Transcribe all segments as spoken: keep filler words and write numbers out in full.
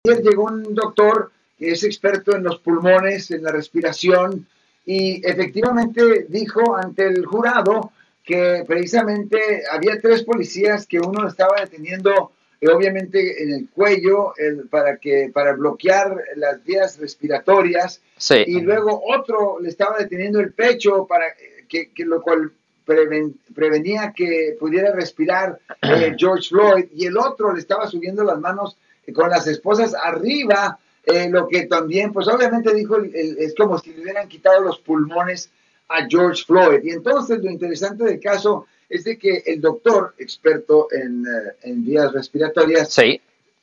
Ayer llegó un doctor que es experto en los pulmones, en la respiración, y efectivamente dijo ante el jurado que precisamente había tres policías que uno estaba deteniendo, eh, obviamente en el cuello, el, para, que, para bloquear las vías respiratorias, sí. Y luego otro le estaba deteniendo el pecho, para que, que lo cual preven, prevenía que pudiera respirar eh, George Floyd, y el otro le estaba subiendo las manos con las esposas arriba, eh, lo que también, pues obviamente dijo, el, el, es como si le hubieran quitado los pulmones a George Floyd. Y entonces lo interesante del caso es de que el doctor, experto en, uh, en vías respiratorias, sí.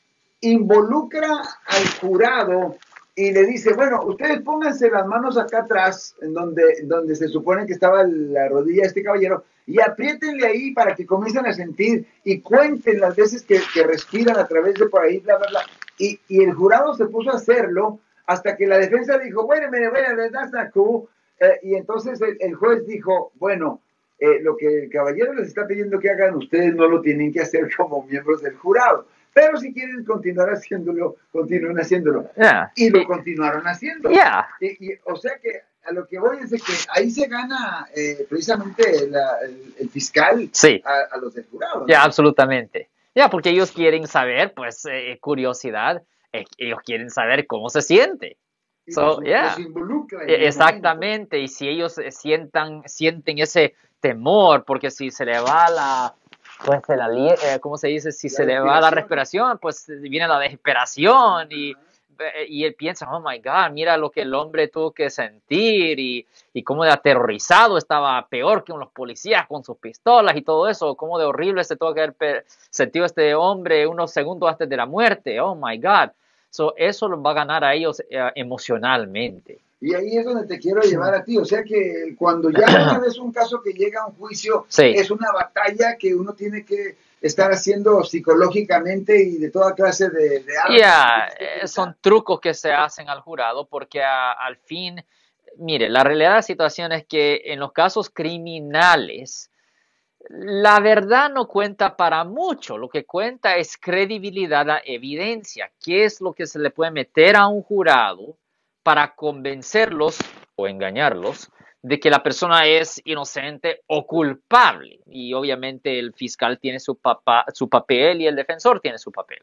involucra al jurado y le dice, bueno, ustedes pónganse las manos acá atrás, en donde, donde se supone que estaba la rodilla de este caballero, y apriétenle ahí para que comiencen a sentir y cuenten las veces que, que respiran a través de por ahí, bla, bla, bla. Y, y el jurado se puso a hacerlo hasta que la defensa dijo, bueno, mire, bueno, that's not cool. Eh, y entonces el, el juez dijo, bueno, eh, lo que el caballero les está pidiendo que hagan, ustedes no lo tienen que hacer como miembros del jurado. Pero si quieren continuar haciéndolo, continúen haciéndolo. Yeah. Y lo continuaron haciendo. Yeah. Y, y, o sea que a lo que voy es de que ahí se gana eh, precisamente la, el, el fiscal sí. a, a los del jurado, ¿no? Ya, yeah, absolutamente. Ya, yeah, porque ellos quieren saber, pues, eh, curiosidad, eh, ellos quieren saber cómo se siente. Y so, los, yeah. los involucra en exactamente, momento. Y si ellos sientan, sienten ese temor, porque si se le va la... pues se la, eh, ¿cómo se dice? Si la se le va la respiración, pues viene la desesperación y, y él piensa, oh my God, mira lo que el hombre tuvo que sentir y, y cómo de aterrorizado estaba, peor que los policías con sus pistolas y todo eso, cómo de horrible se tuvo que haber sentido este hombre unos segundos antes de la muerte, oh my God. So, eso los va a ganar a ellos eh, emocionalmente. Y ahí es donde te quiero llevar a ti, o sea que cuando ya una vez un caso que llega a un juicio, sí. es una batalla que uno tiene que estar haciendo psicológicamente y de toda clase de... de yeah, son trucos que se hacen al jurado porque a, al fin, mire, la realidad de la situación es que en los casos criminales, la verdad no cuenta para mucho, lo que cuenta es credibilidad, la evidencia, qué es lo que se le puede meter a un jurado para convencerlos o engañarlos de que la persona es inocente o culpable. Y obviamente el fiscal tiene su, papá, su papel y el defensor tiene su papel.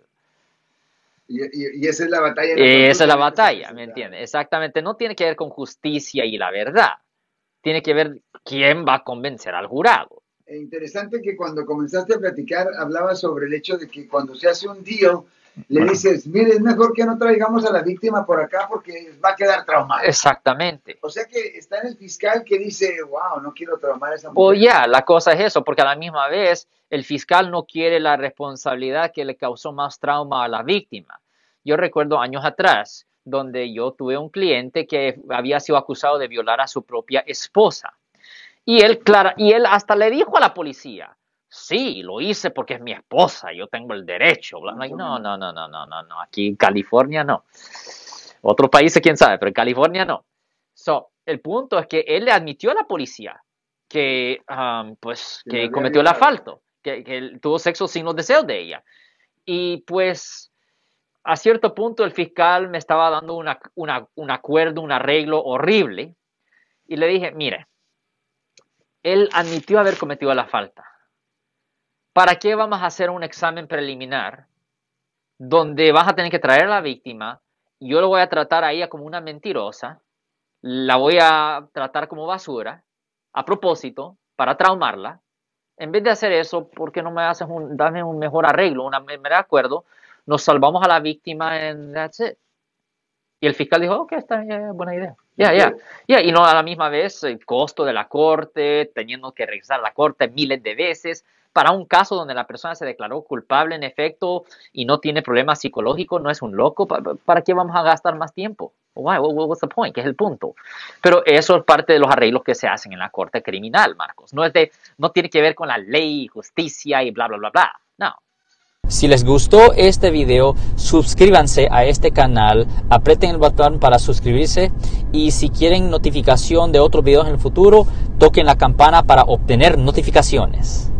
Y, y, y esa es la batalla. Eh, esa es la batalla, ¿me entiendes? Exactamente. No tiene que ver con justicia y la verdad. Tiene que ver quién va a convencer al jurado. E interesante que cuando comenzaste a platicar hablabas sobre el hecho de que cuando se hace un deal, le dices, mire, es mejor que no traigamos a la víctima por acá porque va a quedar traumada. Exactamente. O sea que está en el fiscal que dice, wow, no quiero traumar a esa mujer. O ya, yeah, la cosa es eso, porque a la misma vez el fiscal no quiere la responsabilidad que le causó más trauma a la víctima. Yo recuerdo años atrás, donde yo tuve un cliente que había sido acusado de violar a su propia esposa. Y él, clara, y él hasta le dijo a la policía, sí, lo hice porque es mi esposa, yo tengo el derecho. Like, no, no, no, no, no, no, no, aquí en California no. Otros países, quién sabe, pero en California no. So, el punto es que él le admitió a la policía que, um, pues, que cometió el asfalto, que, que tuvo sexo sin los deseos de ella. Y pues, a cierto punto el fiscal me estaba dando una, una, un acuerdo, un arreglo horrible. Y le dije, mire, él admitió haber cometido la falta. ¿Para qué vamos a hacer un examen preliminar donde vas a tener que traer a la víctima? Yo lo voy a tratar a ella como una mentirosa, la voy a tratar como basura, a propósito, para traumarla. En vez de hacer eso, ¿por qué no me haces un, dame un mejor arreglo, un mejor acuerdo? Nos salvamos a la víctima and that's it. Y el fiscal dijo, ok, está bien, buena idea. Ya, yeah, ya. Yeah. Yeah. Y no a la misma vez el costo de la corte, teniendo que regresar a la corte miles de veces, para un caso donde la persona se declaró culpable en efecto y no tiene problemas psicológicos, no es un loco, ¿para, para qué vamos a gastar más tiempo? Why? What's the point? ¿Qué es el punto? Pero eso es parte de los arreglos que se hacen en la corte criminal, Marcos. No, es de, no tiene que ver con la ley, justicia y bla, bla, bla, bla. No. Si les gustó este video, suscríbanse a este canal, aprieten el botón para suscribirse y si quieren notificación de otros videos en el futuro, toquen la campana para obtener notificaciones.